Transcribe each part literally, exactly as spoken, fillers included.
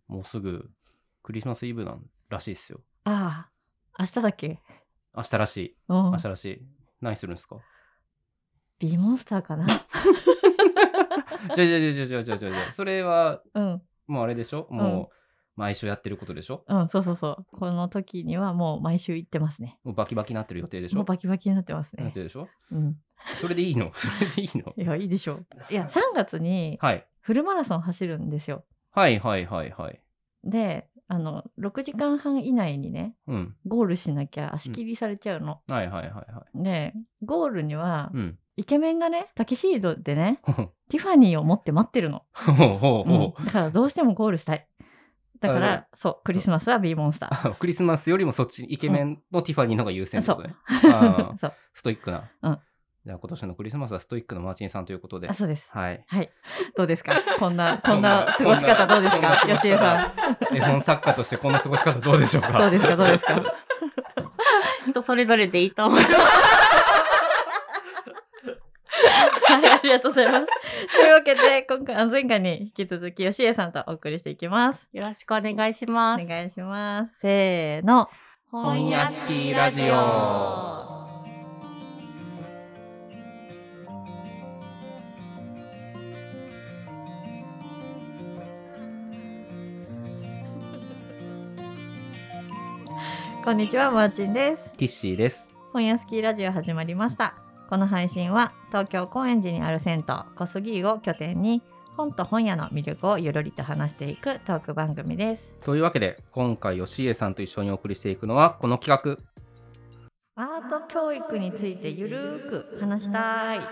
もうすぐクリスマスイブなんらしいですよ。 ああ、明日だっけ？ 明日らしい。 うん明日らしい。何するんですか？ B モンスターかな。 じゃじゃじゃじゃじゃじゃじゃじゃそれはうんもうあれでしょ、もう毎週やってることでしょ。 うん、そうそうそう。この時にはもう毎週行ってますね。 もうバキバキになってる予定でしょ。 もうバキバキになってますね。 なってるでしょ。 うん。 それでいいの？それでいいの？ いや、いいでしょう。いや、さんがつにはいフルマラソン走るんですよ。 はいはいはいはい。 で、あのろくじかんはん以内にね、 うん。 ゴールしなきゃ足切りされちゃうの。 はいはいはいはで、ゴールには、 い。うん。 イケメンがね、タキシードでね、ティファニーを持って待ってるの。 ほうほうほうんだからどうしてもゴールしたい。だかあら、そう、クリスマスは B モンスター。 う。クリスマスよりもそっちイケメンのティファニーの方が優先ってことね。 そうあーそう。 ストイックな。 うんじゃあ今年のクリスマスはストイックのマーチンさんということで。 あ、そうです。 はい。 はい。どうですか？こんな、こんな過ごし方どうですか？よしえさん。 絵本作家としてこんな過ごし方どうでしょうか？ どうですか？どうですか？ 人それぞれでいいと思います。 はい、ありがとうございます。というわけで、今回、あ前回に引き続き、よしえさんとお送りしていきます。 よろしくお願いします。 お願いします。せーの。 本屋スキーラジオ。 こんにちは、マーチンです。 キッシーです。 本屋スキーラジオ始まりました。この配信は東京高円寺にある銭湯小杉湯を拠点に本と本屋の魅力をゆるりと話していくトーク番組です。 というわけで今回吉江さんと一緒にお送りしていくのはこの企画、 アート教育についてゆるーく話したい。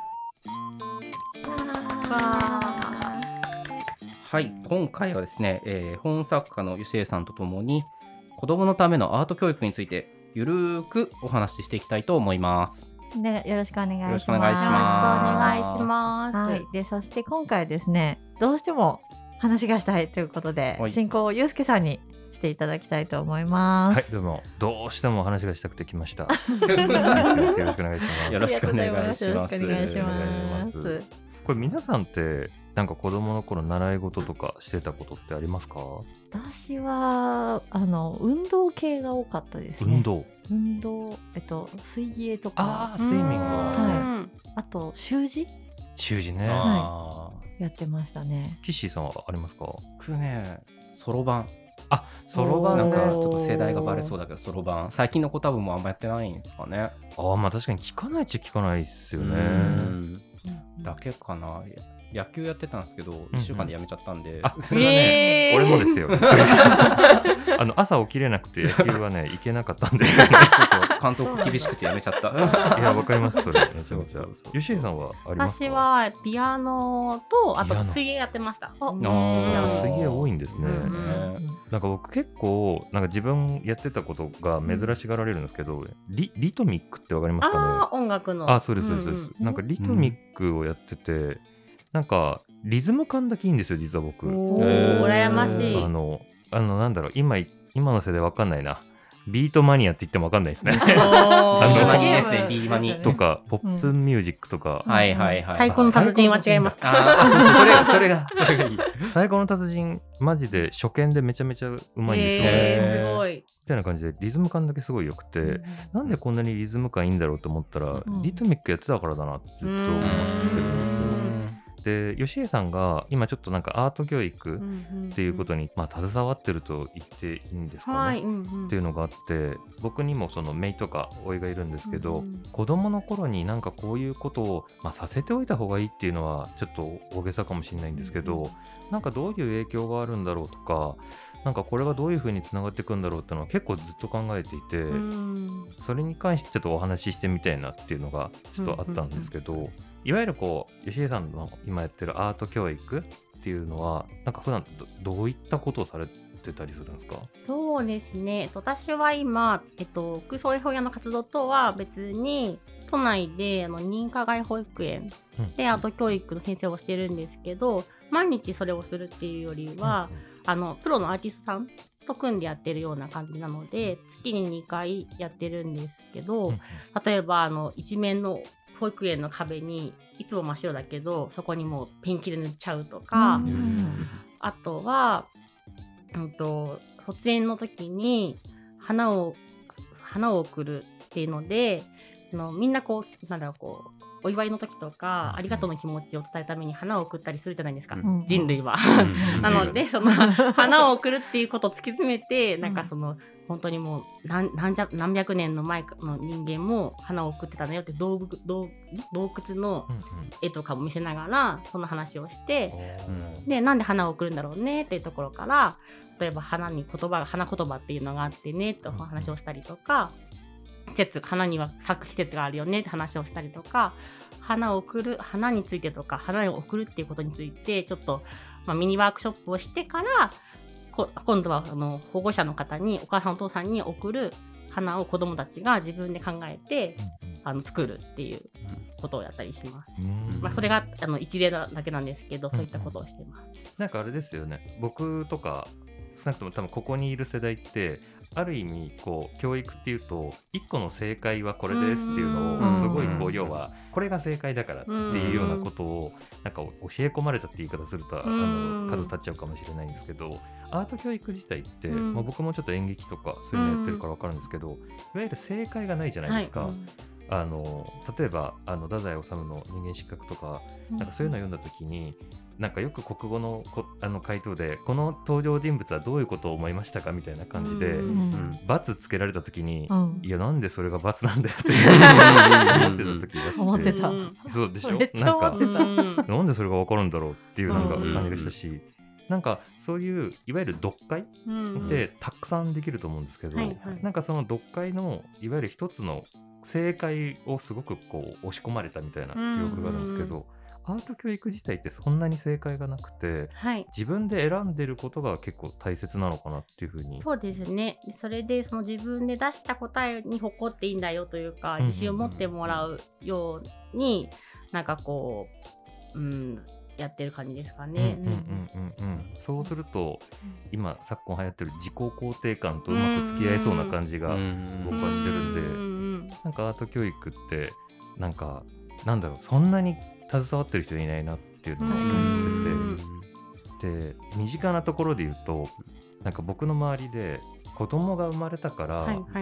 はい、今回はですね、えー本作家の吉江さんとともに子どものためのアート教育についてゆるーくお話ししていきたいと思います。 でよろしくお願いします。 よろしくお願いしよろしくおます願いします。 はい、でそして今回ですね、どうしても話がしたいということで、 はい進行をゆうすけさんにしていただきたいと思います。 はい、どうもどうしても話がしたくて来ました。よろしくですよろしくお願いします。 よろしくお願いします。 よろしくお願いしお願いしま。 ますこれ皆さんってなんか子供の頃習い事とかしてたことってありますか？ 私はあの運動系が多かったですね。 運動。 運動、えっと水泳とか、 ああ、スイミングは。 はいあと習字習字ね。 あやってましたね。 キッシーさんはありますか？ 僕ね、そろばん。 あ、そろばなんんね。 かちょっと世代がバレそうだけど、そろばん。最近の子多分もうあんまやってないんですかね。 ああ、まあ確かに聞かないっちゃ聞かないっすようね。 んだけかな。野球やってたんですけど、いっしゅうかんで辞めちゃったんで。 あ、それはね、 えー俺もですよ。あの朝起きれなくて野球はね行けなかったんですよね。 ちょっと監督厳しくて辞めちゃった。 いやわかりますそれ。めちゃめちゃそうそうそう。 吉井さんはありますか？ 私はピアノとあとピアノ水泳やってました。 ああー水泳多いんですね。 うんなんか僕結構なんか自分やってたことが珍しがられるんですけど、リリトミックってわかりますあかあ、音楽の。 ね？あ、そうですそうですそうです。 うんなんかリトミックをやってて、なんかリズム感だけいいんですよ実は僕。 おへーー羨ましい。 あのあのなんだろう今今の世代わかんないな。ビートマニアって言ってもわかんないですね。 おービーマニゲームですね、ビーマニ。 とかポップミュージックとか。 はいはいはい。 太鼓の達人は違います。 ああ、それが、それが、それがいい。 太鼓の達人マジで初見でめちゃめちゃうまいんですよね。 えー、すごい。 みたいな感じでリズム感だけすごい良くて、なんでこんなにリズム感いいんだろうと思ったら、 うんリトミックやってたからだなってずっと思ってるんですよ。で吉江さんが今ちょっとなんかアート教育っていうことに、まあ、携わってると言っていいんですかね、 はい、うんうん、 っていうのがあって、僕にもその姪とか甥がいるんですけど、 うんうん子供の頃になんかこういうことを、まあ、させておいた方がいいっていうのはちょっと大げさかもしれないんですけど、 うんうんなんかどういう影響があるんだろうとか、なんかこれがどういう風につながっていくんだろうっていうのは結構ずっと考えていて、 うんそれに関してちょっとお話ししてみたいなっていうのがちょっとあったんですけど、いわゆるこう吉江さんの今やってるアート教育っていうのはなんか普段 ど, どういったことをされてたりするんですか？ そうですね、えっと私は今、えっと、空想絵本屋の活動とは別に都内であの認可外保育園でアート教育の先生をしてるんですけど、毎日それをするっていうよりは、あのプロのアーティストさんと組んでやってるような感じなので、月ににかいやってるんですけど、例えばあの一面の保育園の壁にいつも真っ白だけどそこにもうペンキで塗っちゃうとか、 うんあとはうんと卒園の時に花を花を贈るっていうので、あのみんなこうなんだろうこうお祝いの時とか、ありがとうの気持ちを伝えるために花を贈ったりするじゃないですか、 うん、 人類は。 うん、 なのでその花を贈るっていうことを突き詰めて、なんかその本当にもう 何, 何, じゃ何百年の前の人間も花を贈ってたんだよって洞窟、洞洞窟の絵とかも見せながらその話をして、 うん、 でなんで花を贈るんだろうねっていうところから、例えば花に言葉が花言葉っていうのがあってねって話をしたりとか、季節花には咲く季節があるよねって話をしたりとか、花を贈る花についてとか花を贈るっていうことについてちょっと、まあ、ミニワークショップをしてから、こ今度はあの保護者の方にお母さんお父さんに贈る花を子どもたちが自分で考えて、うんうん、あの作るっていうことをやったりします、うんまあ、それがあの一例だけなんですけど、そういったことをしてます、うんうん、 なんかあれですよね、僕とか少なくとも多分ここにいる世代ってある意味こう教育っていうといっこの正解はこれですっていうのをすごいこう要はこれが正解だからっていうようなことをなんか教え込まれたって言い方するとあの角立っちゃうかもしれないんですけど、アート教育自体って、まあ、僕もちょっと演劇とかそういうのやってるから分かるんですけど、いわゆる正解がないじゃないですか、はい、あの例えばあの太宰治の人間失格とか、なんかそういうのを読んだ時になんかよく国語のこあの回答でこの登場人物はどういうことを思いましたかみたいな感じで、うん、罰つけられた時に、うん、いやなんでそれが罰なんだよって思ってた時があって思ってたそうでしょ、 めっちゃ思ってたなんかなんでそれが分かるんだろうっていうなんか感じがしたし、うん、なんかそういういわゆる読解ってたくさんできると思うんですけど、うんはいはい、なんかその読解のいわゆる一つの正解をすごくこう押し込まれたみたいな記憶があるんですけど、アート教育自体ってそんなに正解がなくて、はい、自分で選んでることが結構大切なのかなっていうふうに。 そうですね。それでその自分で出した答えに誇っていいんだよというか、自信を持ってもらうように、なんかこう、うん、やってる感じですかね。 そうすると今昨今流行ってる自己肯定感とうまく付き合いそうな感じが僕はしてるんで、んなんかアート教育ってなんかなんだろう、そんなに携わってる人いないなっていうのを思ってて、で身近なところで言うとなんか僕の周りで子供が生まれたから、はいはい、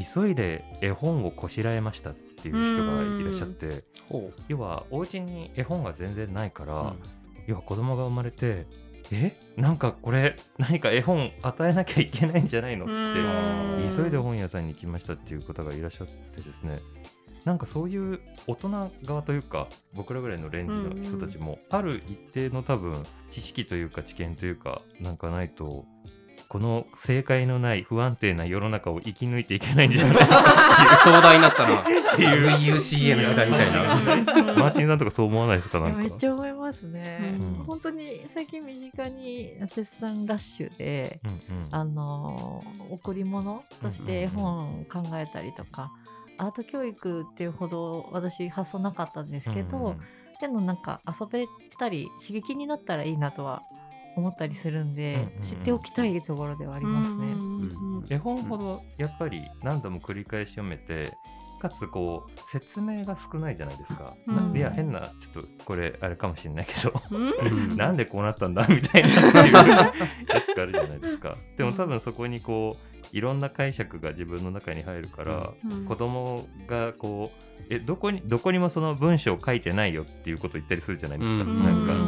急いで絵本をこしらえましたっていう人がいらっしゃって、要はお家に絵本が全然ないから、うん、要は子供が生まれてえなんかこれ何か絵本与えなきゃいけないんじゃないのって急いで本屋さんに行きましたっていう方がいらっしゃってですね、なんかそういう大人側というか僕らぐらいのレンジの人たちもある一定の多分知識というか知見というかなんかないとこの正解のない不安定な世の中を生き抜いていけないんじゃないか壮大になったなっていう ブイユーシーエム 時代みたいなマーチンさんとかそう思わないですか？なんかめっちゃ思いますね、うん、本当に最近身近に出産ラッシュで、うんうん、あの贈り物として絵本を考えたりとか、アート教育っていうほど私発想なかったんですけど、うんうん、そういうのなんか遊べたり刺激になったらいいなとは思ったりするんで、うんうんうん、知っておきたいところではありますね、うんうんうん、絵本ほどやっぱり何度も繰り返し読めてかつこう説明が少ないじゃないですか、うん、いや変なちょっとこれあれかもしれないけど、うん、なんでこうなったんだみたいなっていうやつがあるじゃないですか。でも多分そこにこういろんな解釈が自分の中に入るから、うん、子供がこうえどこにどこにもその文章を書いてないよっていうことを言ったりするじゃないですか、うん、なんか、うん、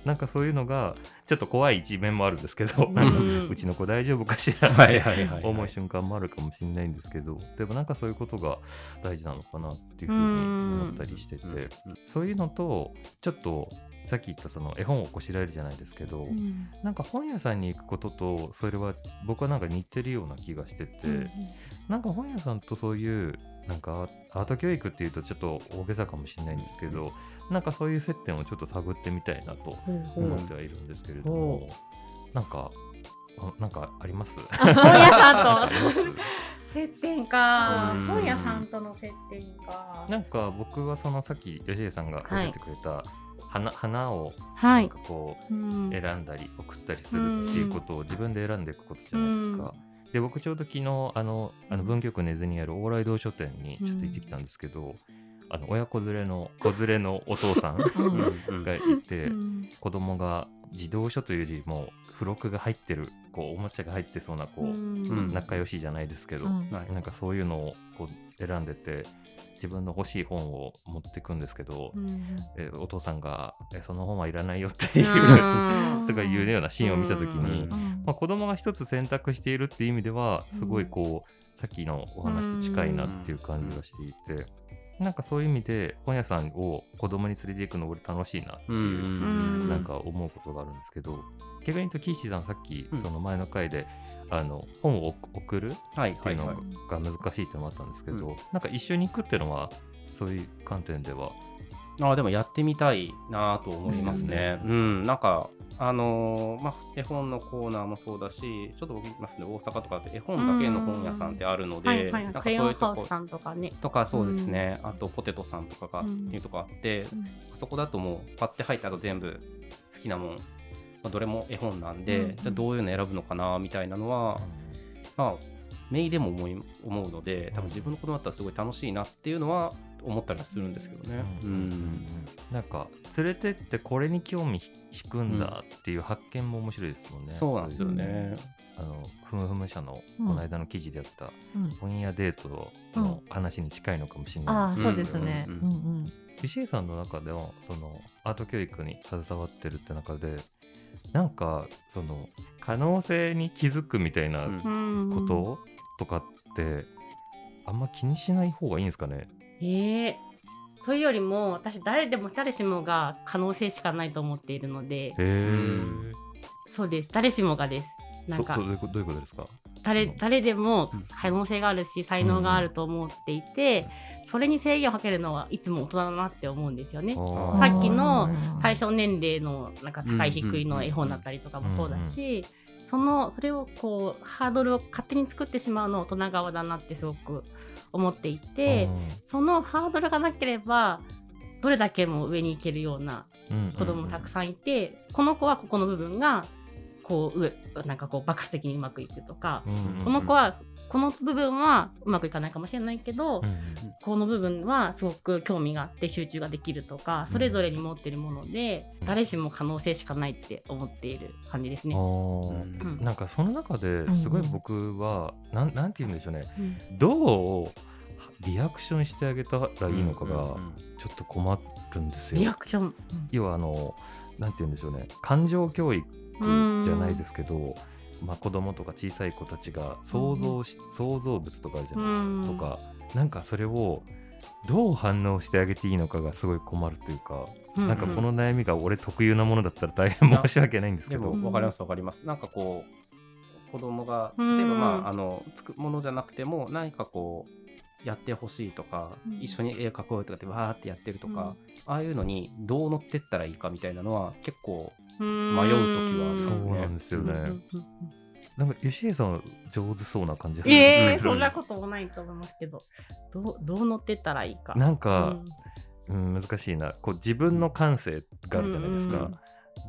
なんかそういうのがちょっと怖い一面もあるんですけど、うん、なんかうちの子大丈夫かしらって思う瞬間もあるかもしれないんですけど、でもなんかそういうことが大事なのかなっていうふうに思ったりしてて、うん、そういうのとちょっとさっき言ったその絵本をこしらえるじゃないですけど、うん、なんか本屋さんに行くこととそれは僕はなんか似てるような気がしてて、うん、なんか本屋さんとそういうなんかアート教育っていうとちょっと大げさかもしれないんですけど、なんかそういう接点をちょっと探ってみたいなと思ってはいるんですけれども、うん、なんかなんかあります？ 本屋さんと接点か、本屋さんとの接点か。 なんか僕はそのさっき吉江さんが教えてくれた、はい花, 花をなんかこう選んだり送ったりするっていうことを自分で選んでいくことじゃないですか。で僕ちょうど昨日あのあの文京区根津にある往来堂書店にちょっと行ってきたんですけど、 あの親子連れの子連れのお父さんがいて、うん、子供が児童書というよりも付録が入ってるこうおもちゃが入ってそうなこう、うん、仲良しじゃないですけど、うん、なんかそういうのをこう選んでて自分の欲しい本を持っていくんですけど、うん、えお父さんがえその本はいらないよっていうとかいうようなシーンを見た時に、うんまあ、子供が一つ選択しているっていう意味ではすごいこうさっきのお話と近いなっていう感じがしていて、なんかそういう意味で本屋さんを子供に連れていくの俺楽しいなっていうなんか思うことがあるんですけど、逆に言うとキーシーさんさっきその前の回であの本を送るっていうのが難しいっていうのもあったんですけど、なんか一緒に行くっていうのはそういう観点ではあでもやってみたいなと思いますね。うん、なんかあのーまあ、絵本のコーナーもそうだし、ちょっと僕言いますね、大阪とかって絵本だけの本屋さんってあるので、 はいはい、なんかそういうとこさんとかねとかそうですね、あとポテトさんとかがっていうとこあって、うん、そこだともうパッて入ったら全部好きなもん、まあ、どれも絵本なんで、うん、じゃあどういうの選ぶのかなみたいなのは、うん、まあメイでも思い思うので、多分自分の子供だったらすごい楽しいなっていうのは思ったりはするんですけどね。うんうんうん、 なんか連れてってこれに興味引くんだっていう発見も面白いですもんね。 うん、そうなんですよね。 あのふむふむ社のこの間の記事であった本屋デートの話に近いのかもしれないですけど、うんうん、あそうですね。 石井さんの中ではそのアート教育に携わってるって中でなんかその可能性に気づくみたいなこととかってあんま気にしない方がいいんですかね。 えー、というよりも私誰でも誰しもが可能性しかないと思っているので、 へー、 そうです、誰しもがです。なんかどういうことですか。 誰, 誰でも可能性があるし才能があると思っていて、うん、それに制限をかけるのはいつも大人だなって思うんですよね。さっきの対象年齢のなんか高い低いの絵本だったりとかもそうだし、そのそれをこうハードルを勝手に作ってしまうのは大人側だなってすごく思っていて、そのハードルがなければどれだけも上に行けるような子供もたくさんいて、うんうんうん、この子はここの部分がこう上なんかこう爆発的にうまくいくとか、うんうんうん、この子はこの部分はうまくいかないかもしれないけど、うんうん、この部分はすごく興味があって集中ができるとか、それぞれに持っているもので、うん、誰しも可能性しかないって思っている感じですね。 うん、なんかその中ですごい僕は、うん、なん、なんて言うんでしょうね、うん、どうリアクションしてあげたらいいのかがちょっと困るんですよ。 リアクション、うん、 要はあのなんて言うんでしょうね、感情教育じゃないですけど、まあ、子供とか小さい子たちが想像し、うん、想像物とかあるじゃないですか、うん、とかなんかそれをどう反応してあげていいのかがすごい困るというか、うんうん、なんかこの悩みが俺特有なものだったら大変申し訳ないんですけど。 でも分かります分かります。なんかこう子供が例えば、まあ、あのつくものじゃなくても何かこうやってほしいとか、うん、一緒に絵描こうとかってわーってやってるとか、うん、ああいうのにどう乗ってったらいいかみたいなのは結構迷う時はありますね。 そうなんですよね。なんか吉江さん上手そうな感じですね。えー、そんなこともないと思いますけど、どう、どう乗ってったらいいか。 なんか、うんうん、難しいな。こう自分の感性があるじゃないですか。うんうん、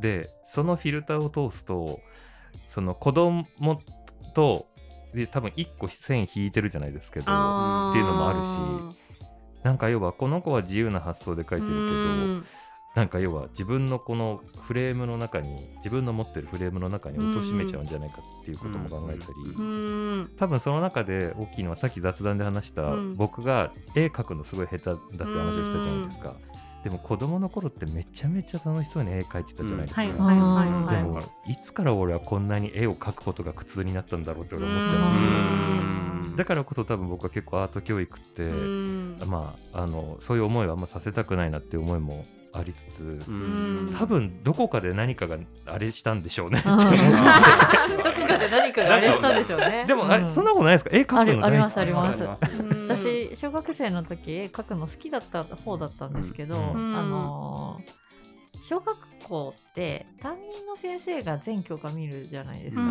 でそのフィルターを通すとその子供とで多分いっこ線引いてるじゃないですけどっていうのもあるし、なんか要はこの子は自由な発想で描いてるけど、なんか要は自分のこのフレームの中に自分の持ってるフレームの中に落としめちゃうんじゃないかっていうことも考えたり、多分その中で大きいのはさっき雑談で話した、僕が絵描くのすごい下手だって話をしたじゃないですか。でも子供の頃ってめちゃめちゃ楽しそうに絵描いてたじゃないですか。でもいつから俺はこんなに絵を描くことが苦痛になったんだろうって俺思っちゃうんですよ。だからこそ多分僕は結構アート教育って、まあ、あのそういう思いはあんまさせたくないなっていう思いもありつつ、多分どこかで何かがあれしたんでしょうねって思ってどこかで何かがあれしたんでしょうね。 でもあれ、うん、そんなことないですか。絵描くの大好きですか。 ありますあります。私小学生の時絵描くの好きだった方だったんですけど、うん、あのー、小学校って担任の先生が全教科見るじゃないですか、うん、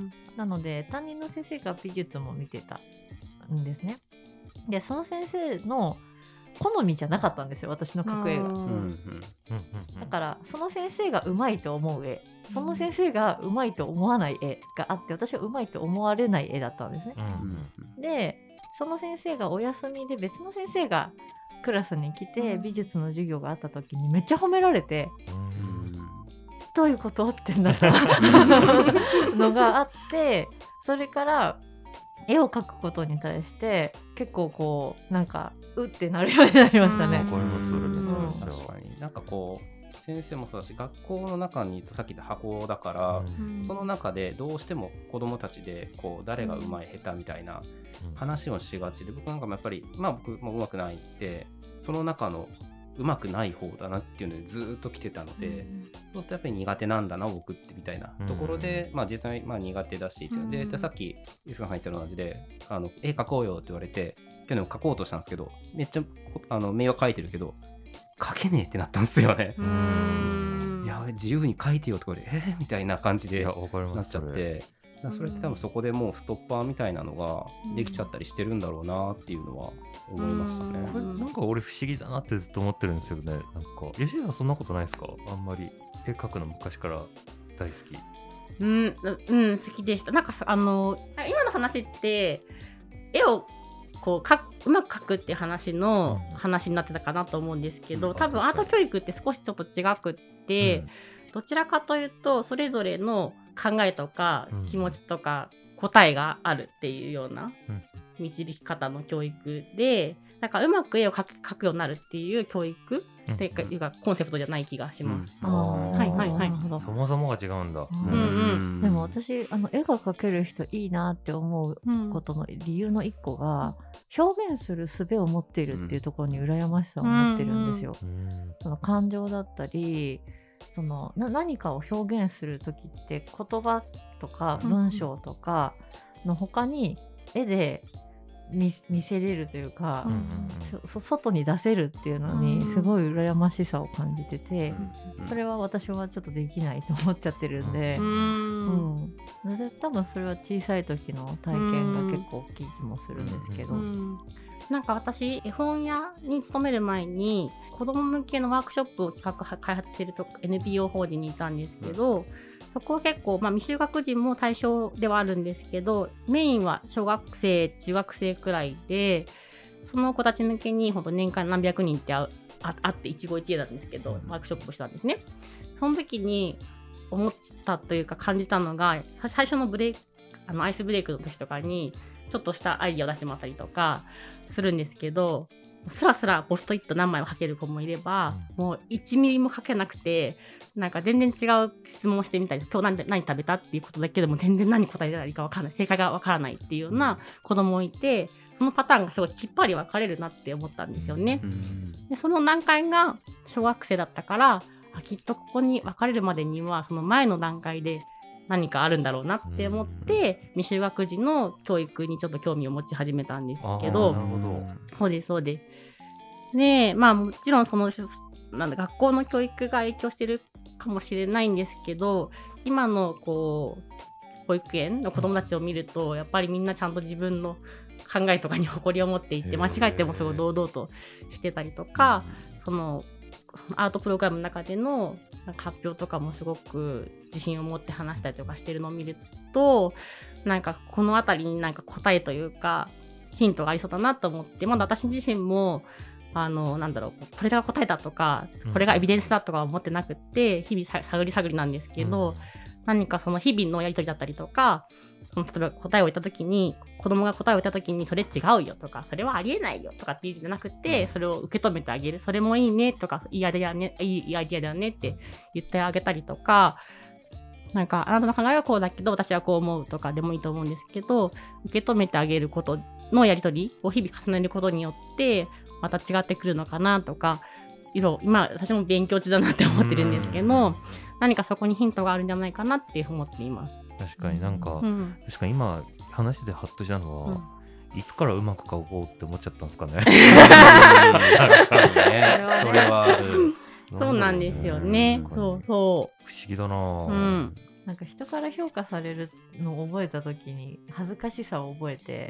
なので担任の先生が美術も見てたんですね。でその先生の好みじゃなかったんですよ、私の描く絵が。だからその先生がうまいと思う絵、その先生がうまいと思わない絵があって、私はうまいと思われない絵だったんですね、うんうん、でその先生がお休みで別の先生がクラスに来て美術の授業があった時にめっちゃ褒められて、どういうことってなったのがあって、それから絵を描くことに対して結構こうなんかうってなるようになりましたね。 わかります、それめちゃめちゃ。 確かになんかこう先生もそうだし、学校の中にさっき言った箱だから、うん、その中でどうしても子どもたちでこう誰がうまい下手みたいな話をしがちで、僕なんかもやっぱりまあ僕もうまくないってその中のうまくない方だなっていうのでずっと来てたので、うん、そうするとやっぱり苦手なんだな僕ってみたいなところで、うん、まあ実際まあ苦手だしっていうので、うん、でさっき伊塚さん言ったのと同じで、あの絵描こうよって言われてペンを描こうとしたんですけど、めっちゃあの名は描いてるけど描けねえってなったんですよね。うーん、いや自由に描いてよとかでえー、みたいな感じでなっちゃって、それって多分そこでもうストッパーみたいなのができちゃったりしてるんだろうなっていうのは思いましたね。 これなんか俺不思議だなってずっと思ってるんですよね。なんか吉井さんそんなことないですか？あんまり絵描くの昔から大好き。 うん、うん、好きでした。なんかあの今の話って絵をこうかうまく描くっていう話の話になってたかなと思うんですけど、うん、多分アート教育って少しちょっと違くって、うん、どちらかというとそれぞれの考えとか気持ちとか答えがあるっていうような導き方の教育で、なんかうまく絵を描く、描くようになるっていう教育っていうかコンセプトじゃない気がします。うん、はいはいはい。 そもそもが違うんだ。 うんうん、でも私あの絵が描ける人いいなって思うことの理由の一個が、表現する術を持っているっていうところに羨ましさを持ってるんですよ。うん、その感情だったり。そのな何かを表現するときって言葉とか文章とかの他に絵で 見, 見せれるというか、うんうんうん、そ外に出せるっていうのにすごい羨ましさを感じてて、うんうん、それは私はちょっとできないと思っちゃってるんで、うんうん、多分それは小さい時の体験が結構大きい気もするんですけど、うんうん、 なんか私絵本屋に勤める前に子ども向けのワークショップを企画開発していると エヌピーオー 法人にいたんですけど、そこは結構、まあ、未就学児も対象ではあるんですけど、メインは小学生中学生くらいで、その子たち向けに本当年間何百人ってああって一期一会なんですけど、ワークショップをしたんですね。その時に思ったというか感じたのが、最初のブレイクあのアイスブレイクの時とかにちょっとしたアイディアを出してもらったりとかするんですけど、スラスラポストイット何枚も書ける子もいれば、もういちミリも書けなくて、なんか全然違う質問をしてみたり、今日 何, 何食べたっていうことだけでも全然何答えたらいいか分からない、正解が分からないっていうような子供もいて、そのパターンがすごいきっぱり分かれるなって思ったんですよね。でその段階が小学生だったから、あきっとここに分かれるまでにはその前の段階で何かあるんだろうなって思って、未就学児の教育にちょっと興味を持ち始めたんですけど、 なるほど。 そうですそうです。で、まあもちろんそのなんだ学校の教育が影響してるかもしれないんですけど、今のこう保育園の子どもたちを見ると、やっぱりみんなちゃんと自分の考えとかに誇りを持っていて、間違えてもすごい堂々としてたりとか、そのアートプログラムの中でのなんか発表とかもすごく自信を持って話したりとかしてるのを見ると、なんかこのあたりになんか答えというかヒントがありそうだなと思って、まだ私自身もあのなんだろうこれが答えだとかこれがエビデンスだとかは思ってなくって、日々探り探りなんですけど、うん、何かその日々のやり取りだったりとか、その例えば答えを言った時に子供が答えを言った時にそれ違うよとかそれはありえないよとかっていうじゃなくて、うん、それを受け止めてあげる、それもいいねとかいいアイデアね、いいアイデアだよねって言ってあげたりとか、なんかあなたの考えはこうだけど私はこう思うとかでもいいと思うんですけど、受け止めてあげることのやり取りを日々重ねることによってまた違ってくるのかなとか、今私も勉強中だなって思ってるんですけど、何かそこにヒントがあるんじゃないかなって思っています。 確かになんか、うん、確かに今話でハッとしたのは、うん、いつからうまく書こうって思っちゃったんですかね。確かにね、それはある。 そうなんですよね。そうそう。不思議だな、 うん、 なんか人から評価されるのを覚えた時に恥ずかしさを覚えて、うん、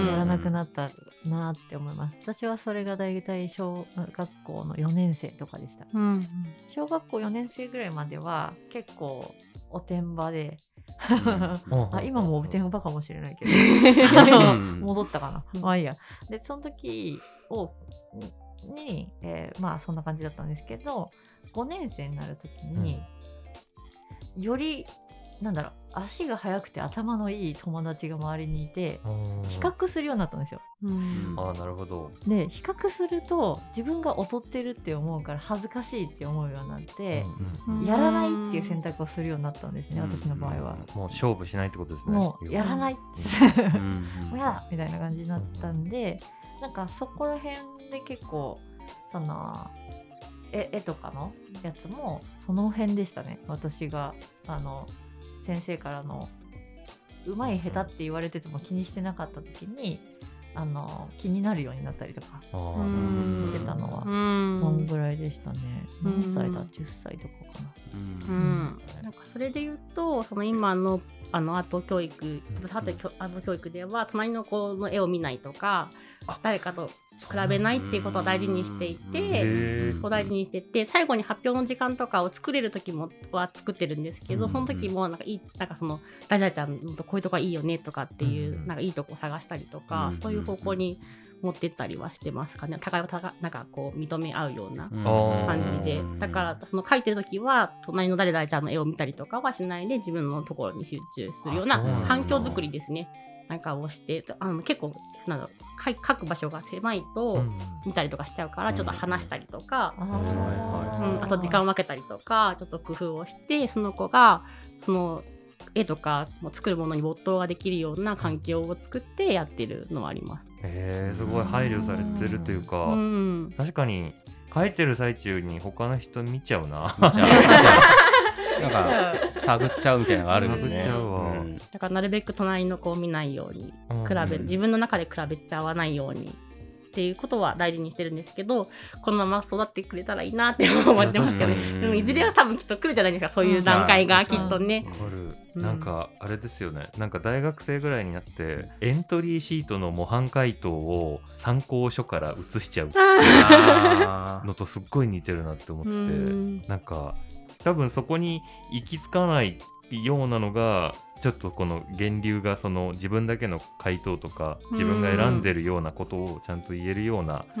やらなくなったなって思います。私はそれが大体小学校のよねん生とかでした、うん、小学校よねん生ぐらいまでは結構おてんばであ今も天馬かもしれないけど戻ったかな、うん、まあいいや。でその時をに、えー、まあそんな感じだったんですけど、ごねん生になる時に、うん、よりなんだろう、足が速くて頭のいい友達が周りにいて比較するようになったんですよ。 うん、あなるほど。 で比較すると自分が劣ってるって思うから恥ずかしいって思うようになって、うんうん、やらないっていう選択をするようになったんですね、うん、私の場合は。 もう勝負しないってことですね。 もうやらないってもうやだみたいな感じになったんで、なんかそこら辺で結構その絵, 絵とかのやつもその辺でしたね。私があの先生からのうまい下手って言われてても気にしてなかった時にあの気になるようになったりとかしてたのはそんぐらいでしたね。何歳だ、じゅっさいとかかな。 うんうん、なんかそれで言うとその今のあのアート教育、アート教育では隣の子の絵を見ないとか誰かと比べないっていうことを大事にしていて、こう大事にしてて、最後に発表の時間とかを作れる時もは作ってるんですけど、その時もなんかいいなんかその誰々ちゃんのとこういうとこがいいよねとかっていうなんかいいとこを探したりとか、そういう方向に持ってったりはしてますかね。互いをたがなんかこう認め合うような感じで、だからその描いてる時は隣の誰々ちゃんの絵を見たりとかはしないで自分のところに集中するような環境づくりですね。なんかをしてあの結構なんだろう書く場所が狭いと見たりとかしちゃうから、ちょっと話したりとか、うん、あと時間を分けたりとかちょっと工夫をしてその子がその絵とかも作るものに没頭ができるような環境を作ってやってるのはあります。 へー、すごい配慮されてるというか、うん、確かに描いてる最中に他の人見ちゃうな。見ちゃう見ちゃうなんか探っちゃうみたいなのがあるんでね。 うん、だからなるべく隣の子を見ないように比べ、うん、自分の中で比べちゃわないようにっていうことは大事にしてるんですけど、このまま育ってくれたらいいなって思ってますけどね。でもいずれは多分きっと来るじゃないですか、そういう段階がきっとね。 わかる。なんかあれですよね、なんか大学生ぐらいになってエントリーシートの模範解答を参考書から写しちゃうっていうのとすっごい似てるなって思ってて、なんか多分そこに行き着かないようなのがちょっとこの源流がその自分だけの回答とか自分が選んでるようなことをちゃんと言えるような、うん、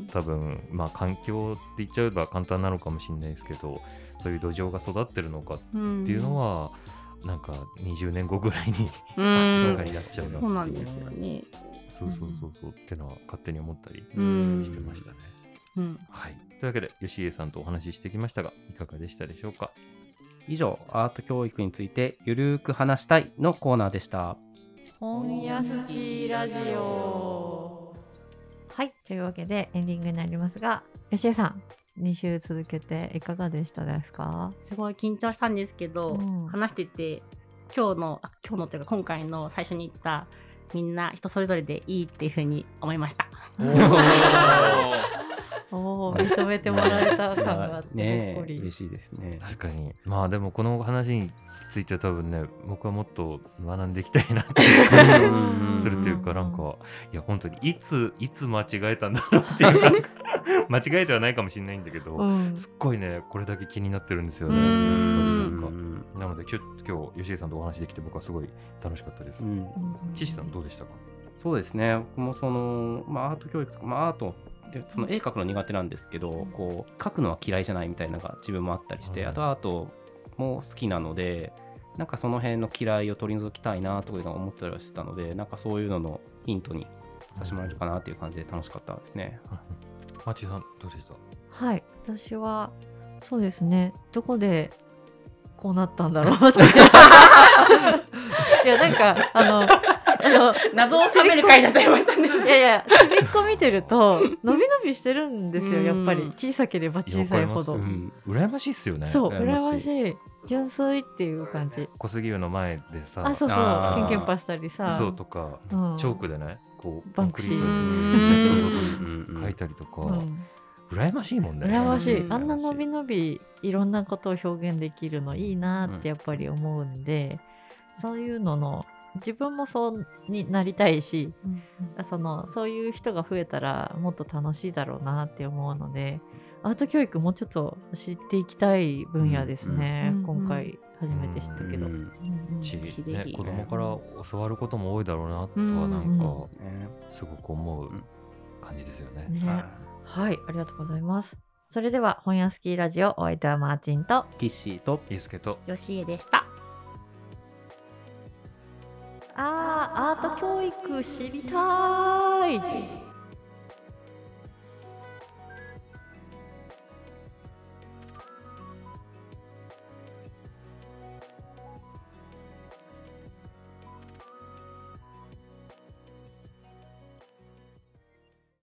多分まあ環境って言っちゃえば簡単なのかもしれないですけど、そういう土壌が育ってるのかっていうのは、うん、なんかにじゅうねんごぐらいに明らかになっちゃうなっていう。 そうなんですよね。 そうそうそうそうってのは勝手に思ったりしてましたね。うん、はい。というわけで吉江さんとお話ししてきましたがいかがでしたでしょうか。 以上アート教育についてゆるーく話したいのコーナーでした。 本屋好きラジオ。はい、というわけでエンディングになりますが、吉江さんに週続けていかがでしたですか？ すごい緊張したんですけど、うん、話してて今日のあ今日のというか今回の最初に言ったみんな人それぞれでいいっていう風に思いました。 おー認めてもらえた感があってねえ嬉しいですね。 確かに。まあでもこの話について多分ね僕はもっと学んでいきたいなってするというか、なんかいや本当にいついつ間違えたんだろうっていうか間違えてはないかもしれないんだけど、うん、すっごいねこれだけ気になってるんですよね。なんかなので今日、今日吉江さんとお話できて僕はすごい楽しかったです。岸さんどうでしたか？ そうですね、僕もその、まあ、アート教育とか、まあ、アートでその絵描くの苦手なんですけど、うん、こう描くのは嫌いじゃないみたいなのが自分もあったりして、うん、あとアートも好きなのでなんかその辺の嫌いを取り除きたいなというのを思ったりはしてたので、なんかそういうののヒントにさせてもらえるかなっていう感じで楽しかったですね。 マチさんどうでした？ はい、私はそうですね、どこでこうなったんだろうっていやなんかあのあの謎をちゃべる回になっちゃいましたね。 いやいやちびっこ見てると伸び伸びしてるんですよ。やっぱり小さければ小さいほど、うん、 羨ましいっすよね。 そう羨ましい純粋っていう感じ。 小杉湯の前でさあそうそうケンケンパしたりさ嘘とか、うん、チョークでねこうバンクシー書いたりとか、うん、羨ましいもんね。 羨ましい。あんな伸び伸びいろんなことを表現できるのいいなってやっぱり思うんで、うん、そういうのの自分もそうになりたいし、うんうん、そのそういう人が増えたらもっと楽しいだろうなって思うので、アート教育もうちょっと知っていきたい分野ですね、うんうん、今回初めて知ったけど、うんうんしね、子供から教わることも多いだろうなとはなんかすごく思う感じですよね。 ね、はい、ありがとうございます。それでは本屋スキーラジオ、お相手はマーチンとキッシーとユースケとヨシエでした。 あー、アート教育知りたい。